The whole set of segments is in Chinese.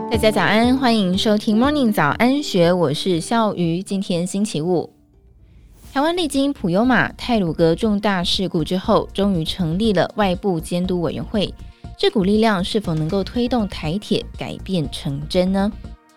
大家早安，欢迎收听 Morning 早安学，我是笑瑜。今天星期五，台湾历经普悠玛、太鲁阁重大事故之后，终于成立了外部监督委员会。这股力量是否能够推动台铁改变成真呢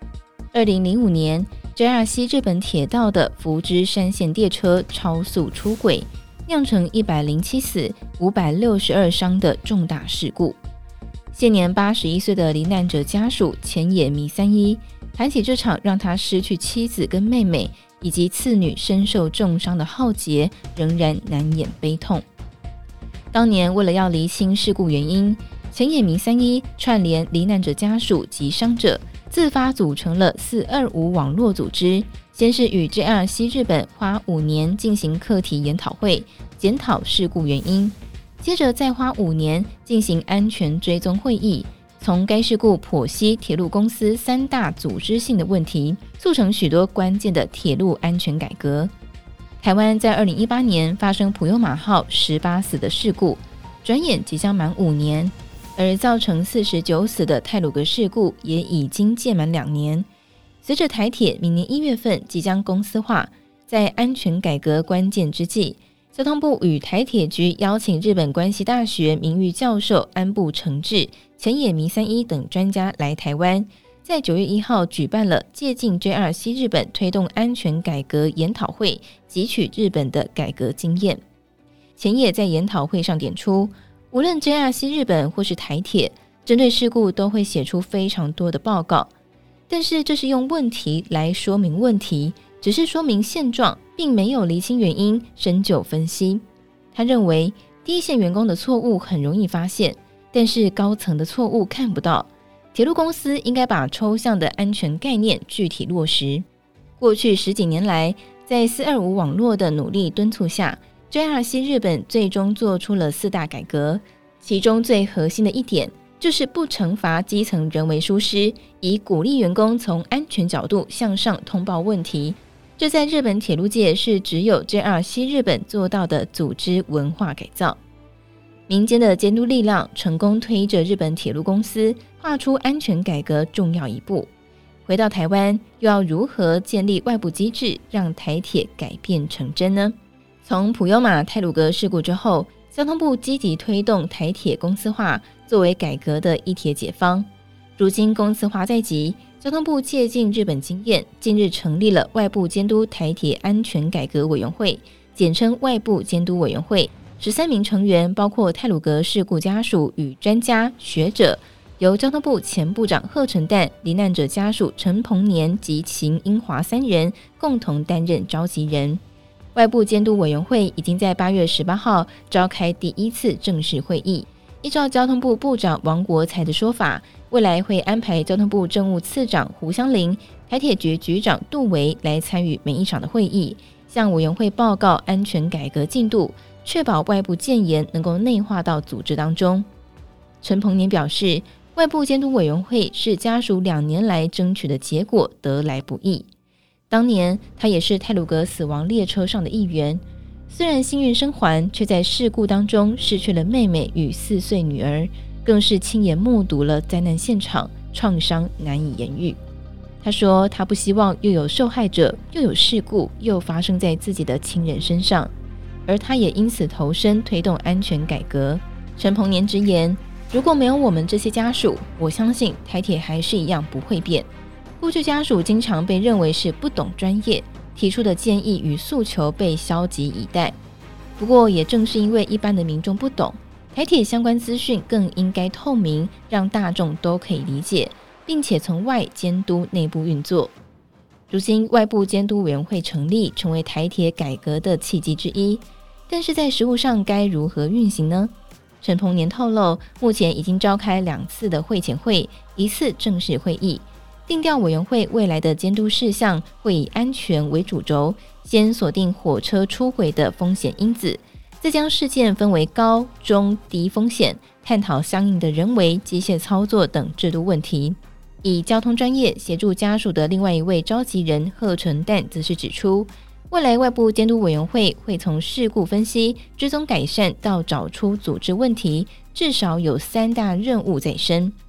？2005年 JR 西日本铁道的福知山线列车超速出轨，酿成107死、562伤的重大事故。现年81岁的罹难者家属前野弥三一谈起这场让他失去妻子跟妹妹以及次女身受重伤的浩劫，仍然难掩悲痛。当年为了要厘清事故原因，前野弥三一串联罹难者家属及伤者，自发组成了425网络组织，先是与 JR 西日本花5年进行课题研讨会，检讨事故原因，接着再花5年进行安全追踪会议，从该事故剖析铁路公司3大组织性的问题，促成许多关键的铁路安全改革。台湾在2018年发生普悠玛号18死的事故，转眼即将满5年，而造成49死的太鲁阁事故也已经届满2年。随着台铁明年1月份即将公司化，在安全改革关键之际，交通部与台铁局邀请日本关西大学名誉教授安部诚志、前野弥三一等专家来台湾，在9月1号举办了借鉴 JR 西日本推动安全改革研讨会，汲取日本的改革经验。前野在研讨会上点出，无论 JR 西日本或是台铁，针对事故都会写出非常多的报告，但是这是用问题来说明问题，只是说明现状，并没有厘清原因，深究分析。他认为第一线员工的错误很容易发现，但是高层的错误看不到。铁路公司应该把抽象的安全概念具体落实。过去10几年来，在425网络的努力敦促下， JR 西日本最终做出了4大改革，其中最核心的一点就是不惩罚基层人为疏失，以鼓励员工从安全角度向上通报问题。这在日本铁路界是只有 JR 西日本做到的组织文化改造。民间的监督力量成功推着日本铁路公司跨出安全改革重要一步。回到台湾，又要如何建立外部机制，让台铁改变成真呢？从普悠玛、太鲁阁事故之后，交通部积极推动台铁公司化作为改革的一铁解方。如今公司化在即，交通部借鉴日本经验，近日成立了外部监督台铁安全改革委员会，简称外部监督委员会。13名成员包括太鲁阁事故家属与专家学者，由交通部前部长贺陈旦、罹难者家属陈鹏年及秦英华3人共同担任召集人。外部监督委员会已经在8月18号召开第1次正式会议。依照交通部部长王国材的说法，未来会安排交通部政务次长胡湘玲、台铁局局长杜维来参与每一场的会议，向委员会报告安全改革进度，确保外部建言能够内化到组织当中。陈鹏年表示，外部监督委员会是家属2年来争取的结果，得来不易。当年他也是太鲁阁死亡列车上的一员，虽然幸运生还，却在事故当中失去了妹妹与4岁女儿，更是亲眼目睹了灾难现场，创伤难以言喻。他说他不希望又有受害者，又有事故，又发生在自己的亲人身上，而他也因此投身推动安全改革。陈鹏年直言，如果没有我们这些家属，我相信台铁还是一样不会变。过去家属经常被认为是不懂专业，提出的建议与诉求被消极以待。不过也正是因为一般的民众不懂，台铁相关资讯更应该透明，让大众都可以理解，并且从外监督内部运作。如今外部监督委员会成立，成为台铁改革的契机之一，但是在实务上该如何运行呢？陈鹏年透露，目前已经召开2次的会前会，1次正式会议，定调委员会未来的监督事项会以安全为主轴，先锁定火车出轨的风险因子，再将事件分为高、中、低风险，探讨相应的人为、机械操作等制度问题。以交通专业协助家属的另外一位召集人贺陈旦则是指出，未来外部监督委员会会从事故分析、追踪改善到找出组织问题，至少有3大任务在身。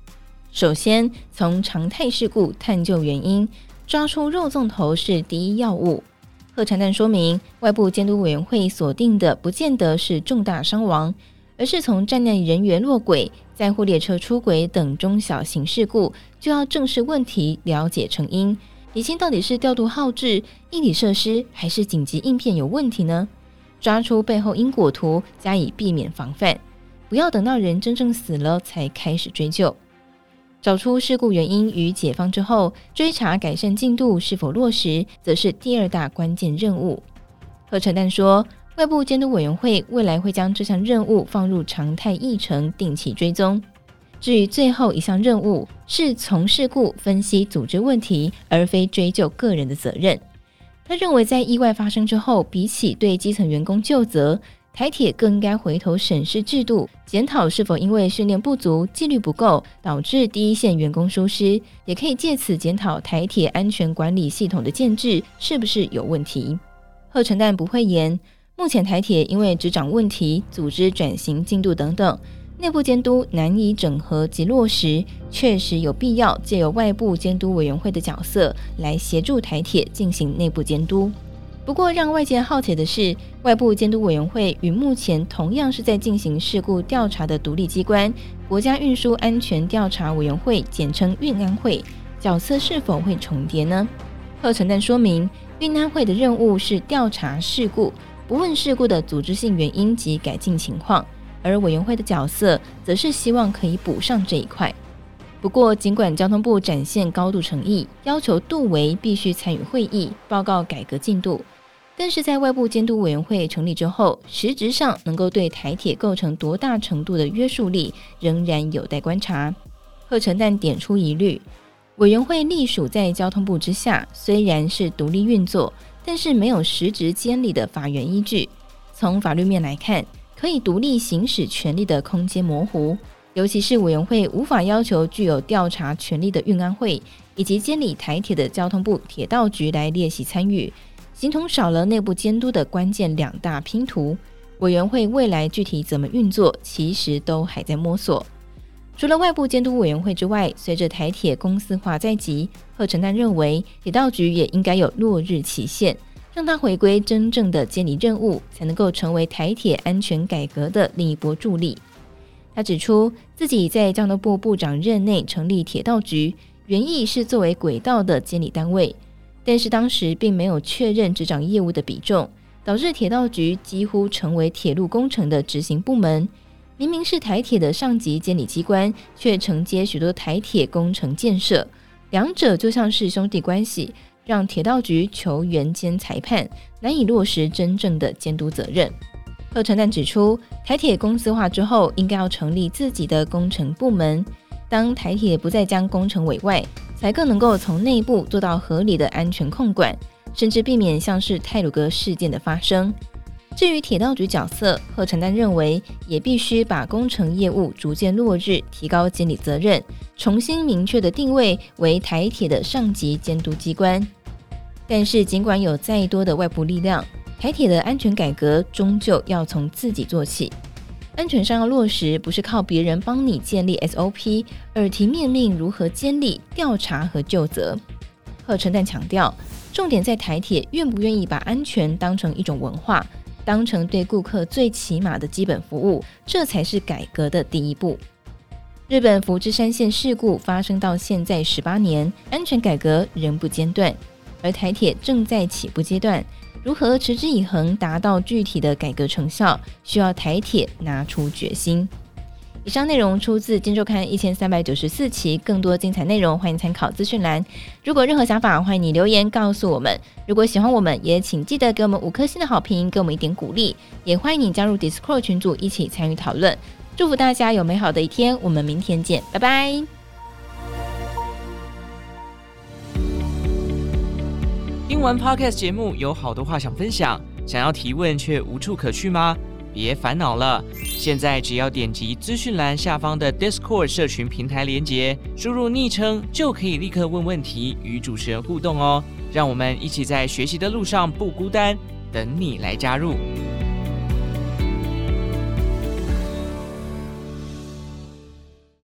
首先，从常态事故探究原因，抓出肉粽头是第一要务。贺传淡说明，外部监督委员会锁定的不见得是重大伤亡，而是从站内人员落轨、载货列车出轨等中小型事故，就要正视问题，了解成因，厘清到底是调度耗制、硬体设施还是紧急应变有问题呢？抓出背后因果图，加以避免防范，不要等到人真正死了才开始追究。找出事故原因与解方之后，追查改善进度是否落实，则是第二大关键任务。贺传淡说，外部监督委员会未来会将这项任务放入常态议程，定期追踪。至于最后一项任务，是从事故分析组织问题，而非追究个人的责任。他认为，在意外发生之后，比起对基层员工究责，台铁更应该回头审视制度，检讨是否因为训练不足、纪律不够，导致第一线员工疏失，也可以借此检讨台铁安全管理系统的建制是不是有问题。贺传淡不讳言，目前台铁因为执掌问题、组织转型进度等等，内部监督难以整合及落实，确实有必要借由外部监督委员会的角色来协助台铁进行内部监督。不过让外界好奇的是，外部监督委员会与目前同样是在进行事故调查的独立机关国家运输安全调查委员会，简称运安会，角色是否会重叠呢？贺传淡说明，运安会的任务是调查事故，不问事故的组织性原因及改进情况，而委员会的角色则是希望可以补上这一块。不过，尽管交通部展现高度诚意，要求杜维必须参与会议，报告改革进度，但是在外部监督委员会成立之后，实质上能够对台铁构成多大程度的约束力，仍然有待观察。贺传淡点出疑虑，委员会隶属在交通部之下，虽然是独立运作，但是没有实质监理的法源依据。从法律面来看，可以独立行使权力的空间模糊，尤其是委员会无法要求具有调查权力的运安会以及监理台铁的交通部铁道局来列席参与，形同少了内部监督的关键两大拼图。委员会未来具体怎么运作，其实都还在摸索。除了外部监督委员会之外，随着台铁公司化在即，贺传淡认为铁道局也应该有落日期限，让它回归真正的监理任务，才能够成为台铁安全改革的另一波助力。他指出，自己在交通部部长任内成立铁道局，原意是作为轨道的监理单位，但是当时并没有确认执掌业务的比重，导致铁道局几乎成为铁路工程的执行部门。明明是台铁的上级监理机关，却承接许多台铁工程建设，两者就像是兄弟关系，让铁道局球员兼裁判，难以落实真正的监督责任。贺传淡指出，台铁公司化之后，应该要成立自己的工程部门，当台铁不再将工程委外，才更能够从内部做到合理的安全控管，甚至避免像是太鲁阁事件的发生。至于铁道局角色，贺传淡认为也必须把工程业务逐渐落日，提高监理责任，重新明确的定位为台铁的上级监督机关。但是尽管有再多的外部力量，台铁的安全改革终究要从自己做起。安全上要落实，不是靠别人帮你建立 SOP， 耳提面命如何监理、调查和究责。贺传淡强调，重点在台铁愿不愿意把安全当成一种文化，当成对顾客最起码的基本服务，这才是改革的第一步。日本福知山线事故发生到现在18年，安全改革仍不间断，而台铁正在起步阶段，如何持之以恒达到具体的改革成效，需要台铁拿出决心。以上内容出自《今周刊》1394期，更多精彩内容欢迎参考资讯栏。如果任何想法，欢迎你留言告诉我们。如果喜欢我们，也请记得给我们5颗星的好评，给我们一点鼓励。也欢迎你加入 Discord 群组，一起参与讨论。祝福大家有美好的一天，我们明天见，拜拜。 听完 Podcast 节目，有好多话想分享，想要提问却无处可去吗？别烦恼了，现在只要点击资讯栏下方的 Discord 社群平台连结，输入昵称就可以立刻问问题，与主持人互动哦。让我们一起在学习的路上不孤单，等你来加入。